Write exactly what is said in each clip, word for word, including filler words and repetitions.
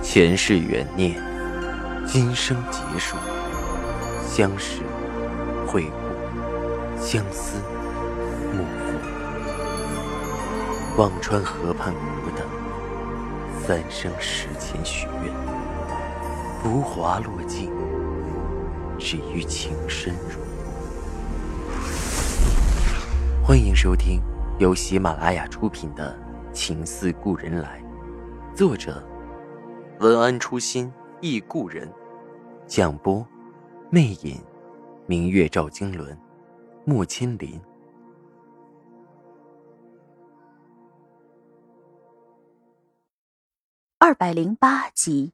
前世缘孽，今生结束，相识会故，相思幕复。忘川河畔孤等，三生石前许愿，浮华落尽，只余情深入。欢迎收听由喜马拉雅出品的《情似故人来》，作者文安初心忆故人，蒋播魅影，明月照经纶，木千林。 二百零八集。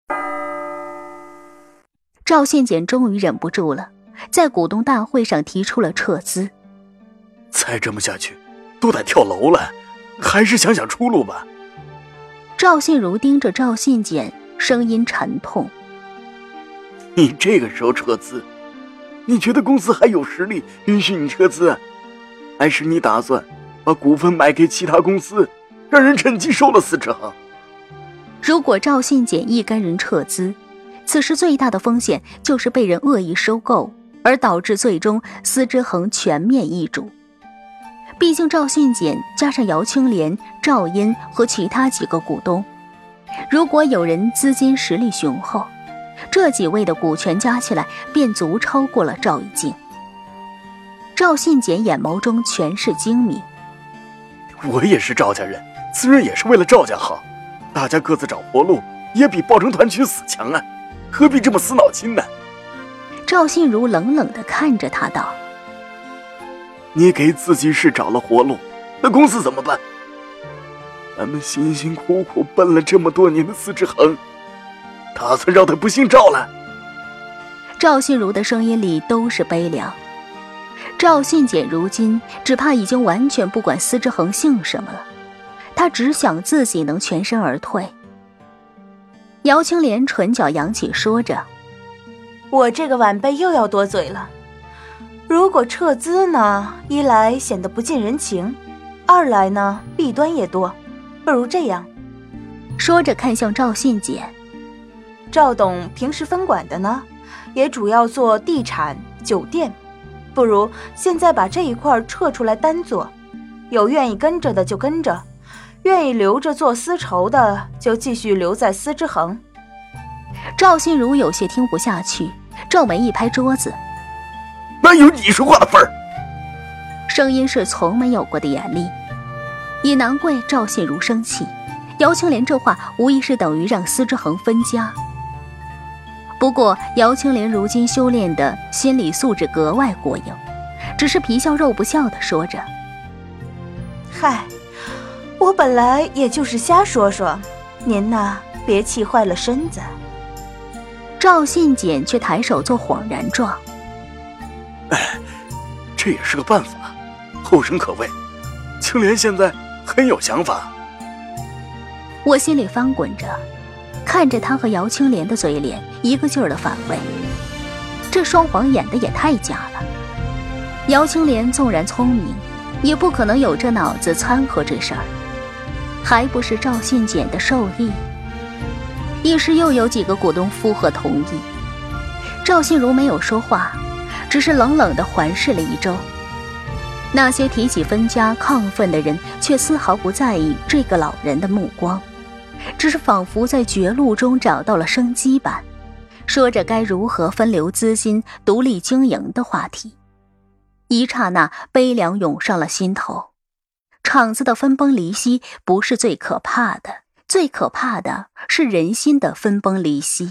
赵信简终于忍不住了，在股东大会上提出了撤资。 再这么下去都得跳楼了，还是想想出路吧。 赵信如盯着赵信简，声音沉痛。 你这个时候撤资，你觉得公司还有实力允许你撤资？还是你打算把股份卖给其他公司，让人趁机收了思之恒？ 如果赵信简一干人撤资，此时最大的风险就是被人恶意收购，而导致最终思之恒全面易主。毕竟赵信简加上姚青莲、赵英和其他几个股东，如果有人资金实力雄厚，这几位的股权加起来便足超过了赵一静。赵信简眼眸中全是精明。 我也是赵家人，自然也是为了赵家好，大家各自找活路，也比抱成团取死强啊，何必这么死脑筋呢？ 赵信如冷冷地看着他道： 你给自己是找了活路，那公司怎么办？咱们辛辛苦苦奔了这么多年的思之恒，打算让他不姓赵了？ 赵信如的声音里都是悲凉。赵信简如今只怕已经完全不管思之恒姓什么了，他只想自己能全身而退。姚青莲唇角扬起说着： 我这个晚辈又要多嘴了。如果撤资呢，一来显得不近人情，二来呢弊端也多，不如这样。 说着看向赵信简， 赵董平时分管的呢，也主要做地产、酒店，不如现在把这一块撤出来单做，有愿意跟着的就跟着，愿意留着做丝绸的就继续留在思之恒。 赵信如有些听不下去，皱眉一拍桌子： 哪有你说话的份儿？ 声音是从没有过的严厉，也难怪赵信如生气。姚青莲这话无疑是等于让思之恒分家。不过姚青莲如今修炼的心理素质格外过硬，只是皮笑肉不笑地说着： 嗨，我本来也就是瞎说说，您呐别气坏了身子。 赵信简却抬手做恍然状： 哎，这也是个办法，后生可畏。青莲现在很有想法。 我心里翻滚着，看着他和姚青莲的嘴脸一个劲儿的反胃，这双簧演的也太假了。姚青莲纵然聪明，也不可能有这脑子掺和这事儿，还不是赵信简的授意。一时又有几个股东附和同意。赵信如没有说话，只是冷冷地环视了一周。那些提起分家亢奋的人却丝毫不在意这个老人的目光，只是仿佛在绝路中找到了生机般，说着该如何分流资金独立经营的话题。一刹那悲凉涌上了心头。场子的分崩离析不是最可怕的，最可怕的是人心的分崩离析。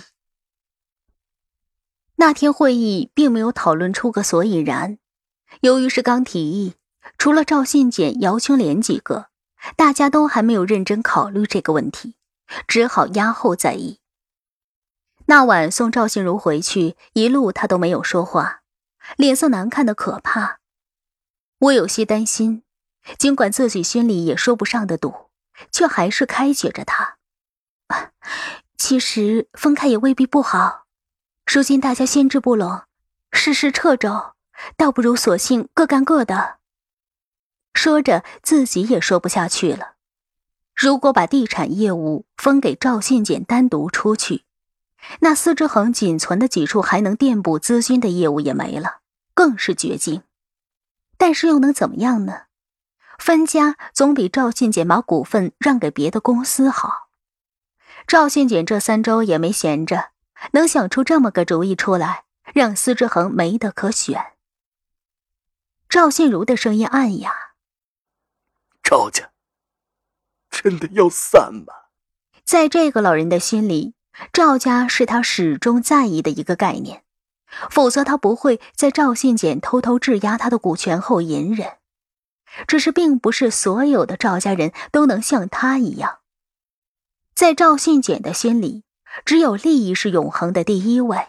那天会议并没有讨论出个所以然，由于是刚提议，除了赵信简、姚青莲几个，大家都还没有认真考虑这个问题，只好压后再议。那晚送赵信如回去，一路他都没有说话，脸色难看得可怕。我有些担心，尽管自己心里也说不上的赌，却还是开解着他。啊，其实分开也未必不好，如今大家心智不拢，事事掣肘，倒不如索性各干各的。说着自己也说不下去了。 如果把地产业务分给赵信简单独出去，那司之恒仅存的几处还能垫补资金的业务也没了，更是绝境。但是又能怎么样呢？分家总比赵信简把股份让给别的公司好。赵信简这三周也没闲着，能想出这么个主意出来，让司之恒没得可选。赵信如的声音暗哑： 赵家真的要散吗？ 在这个老人的心里，赵家是他始终在意的一个概念，否则他不会在赵信简偷偷质押他的股权后隐忍。只是并不是所有的赵家人都能像他一样，在赵信简的心里，只有利益是永恒的第一位。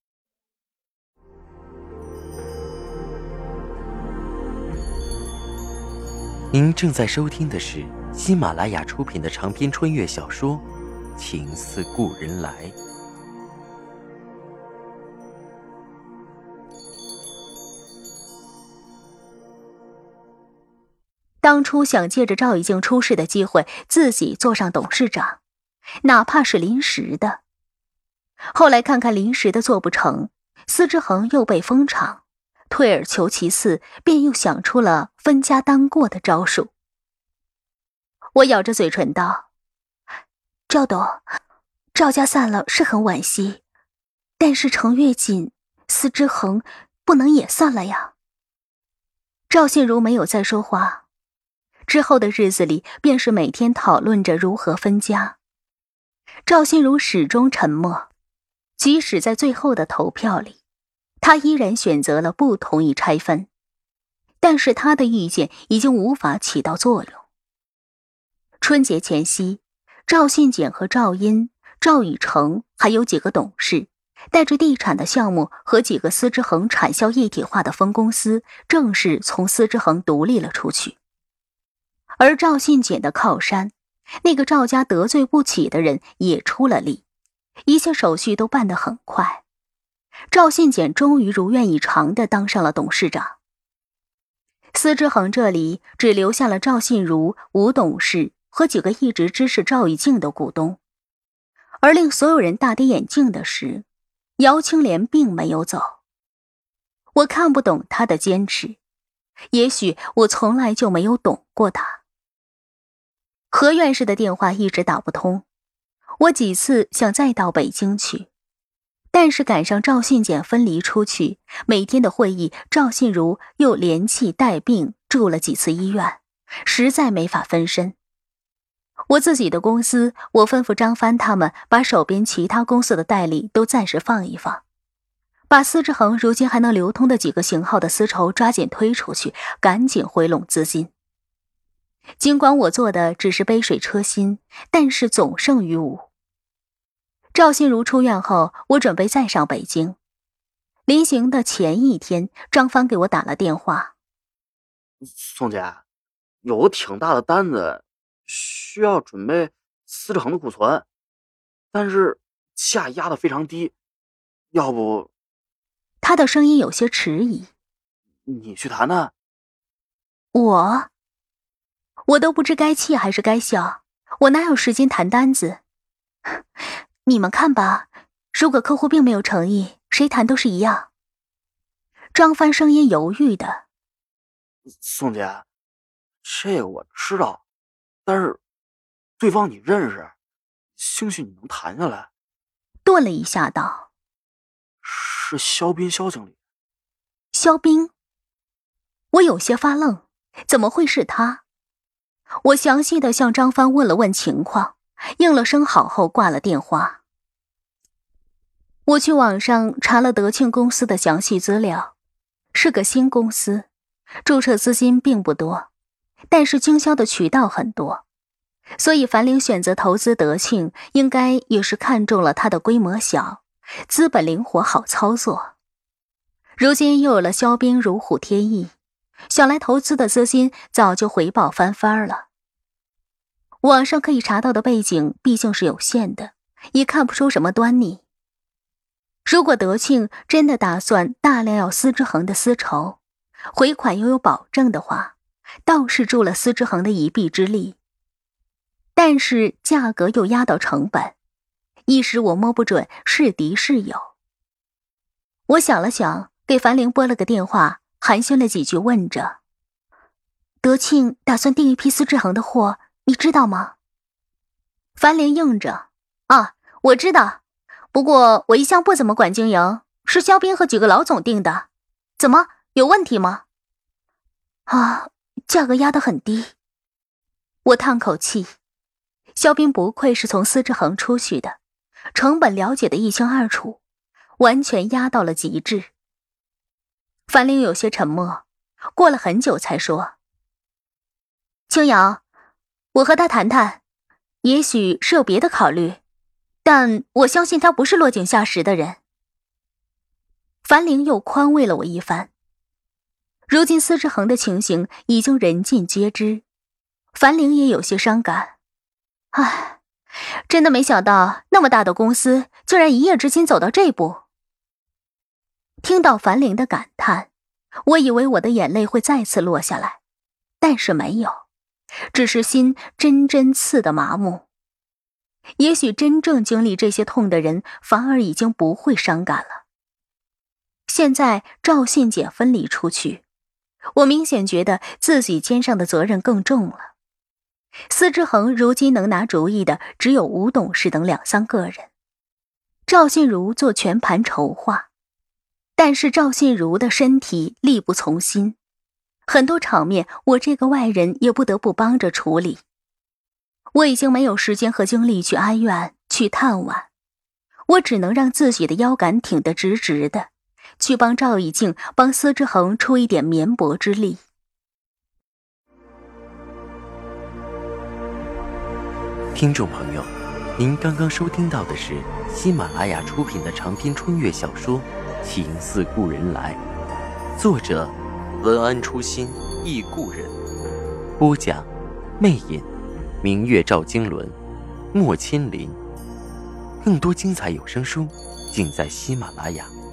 您正在收听的是喜马拉雅出品的长篇穿越小说《情似故人来》。 当初想借着赵已经出事的机会自己做上董事长，哪怕是临时的。后来看看临时的做不成，司之恒又被封场，退而求其次，便又想出了分家当过的招数。我咬着嘴唇道：赵董，赵家散了是很惋惜，但是程月锦、司之恒不能也散了呀。赵信如没有再说话，之后的日子里便是每天讨论着如何分家。赵信如始终沉默，即使在最后的投票里，他依然选择了不同意拆分，但是他的意见已经无法起到作用。春节前夕，赵信简和赵英、赵以成还有几个董事，带着地产的项目和几个司之恒产销一体化的分公司，正式从司之恒独立了出去。而赵信简的靠山，那个赵家得罪不起的人也出了力，一切手续都办得很快。赵信简终于如愿以偿地当上了董事长。司之恒这里只留下了赵信如、吴董事和几个一直支持赵以静的股东。而令所有人大跌眼镜的是，姚青莲并没有走。我看不懂他的坚持，也许我从来就没有懂过他。何院士的电话一直打不通，我几次想再到北京去，但是赶上赵信简分离出去，每天的会议赵信如又连气带病住了几次医院，实在没法分身。我自己的公司，我吩咐张帆他们把手边其他公司的代理都暂时放一放，把司之恒如今还能流通的几个型号的丝绸抓紧推出去，赶紧回笼资金。尽管我做的只是杯水车薪，但是总胜于无。赵信如出院后，我准备再上北京。临行的前一天，张帆给我打了电话： 宋姐，有个挺大的单子，需要准备司之恒的库存，但是价压得非常低，要不…… 他的声音有些迟疑。 你去谈谈。 我？我都不知该气还是该笑，我哪有时间谈单子？你们看吧，如果客户并没有诚意，谁谈都是一样。张帆声音犹豫的： 宋姐，这个我知道，但是对方你认识，兴许你能谈下来。 顿了一下道： 是肖斌肖经理。 肖斌？我有些发愣，怎么会是他？我详细的向张帆问了问情况，应了声好后挂了电话。我去网上查了德庆公司的详细资料，是个新公司，注册资金并不多，但是经销的渠道很多，所以樊玲选择投资德庆，应该也是看中了它的规模小，资本灵活好操作。如今又有了肖斌如虎添翼，想来投资的资金早就回报翻番了。网上可以查到的背景毕竟是有限的，也看不出什么端倪。如果德庆真的打算大量要司之恒的丝绸，回款又有保证的话，倒是助了司之恒的一臂之力。 但是价格又压到成本，一时我摸不准是敌是友。我想了想，给樊玲拨了个电话，寒暄了几句，问着：德庆打算订一批丝织行的货，你知道吗？樊玲应着：啊，我知道，不过我一向不怎么管经营，是肖斌和几个老总订的。怎么，有问题吗？啊，价格压得很低。我叹口气，肖斌不愧是从丝织行出去的，成本了解得一清二楚，完全压到了极致。樊玲有些沉默，过了很久才说：青瑶，我和他谈谈，也许是有别的考虑，但我相信他不是落井下石的人。樊玲又宽慰了我一番。如今丝织行的情形已经人尽皆知，樊玲也有些伤感。唉，真的没想到那么大的公司竟然一夜之间走到这步。听到樊玲的感叹，我以为我的眼泪会再次落下来，但是没有，只是心真真刺的麻木。也许真正经历这些痛的人反而已经不会伤感了。现在赵信姐分离出去，我明显觉得自己肩上的责任更重了。丝织行如今能拿主意的只有吴董事等两三个人，赵信如做全盘筹划，但是赵信如的身体力不从心，很多场面我这个外人也不得不帮着处理。我已经没有时间和精力去哀怨，去叹惋，我只能让自己的腰杆挺得直直的，去帮赵以静，帮丝织行出一点绵薄之力。 听众朋友，您刚刚收听到的是喜马拉雅出品的长篇穿越小说《情似故人来》，作者文安初心忆故人，播讲魅影，明月照经纶，莫千林。更多精彩有声书尽在喜马拉雅。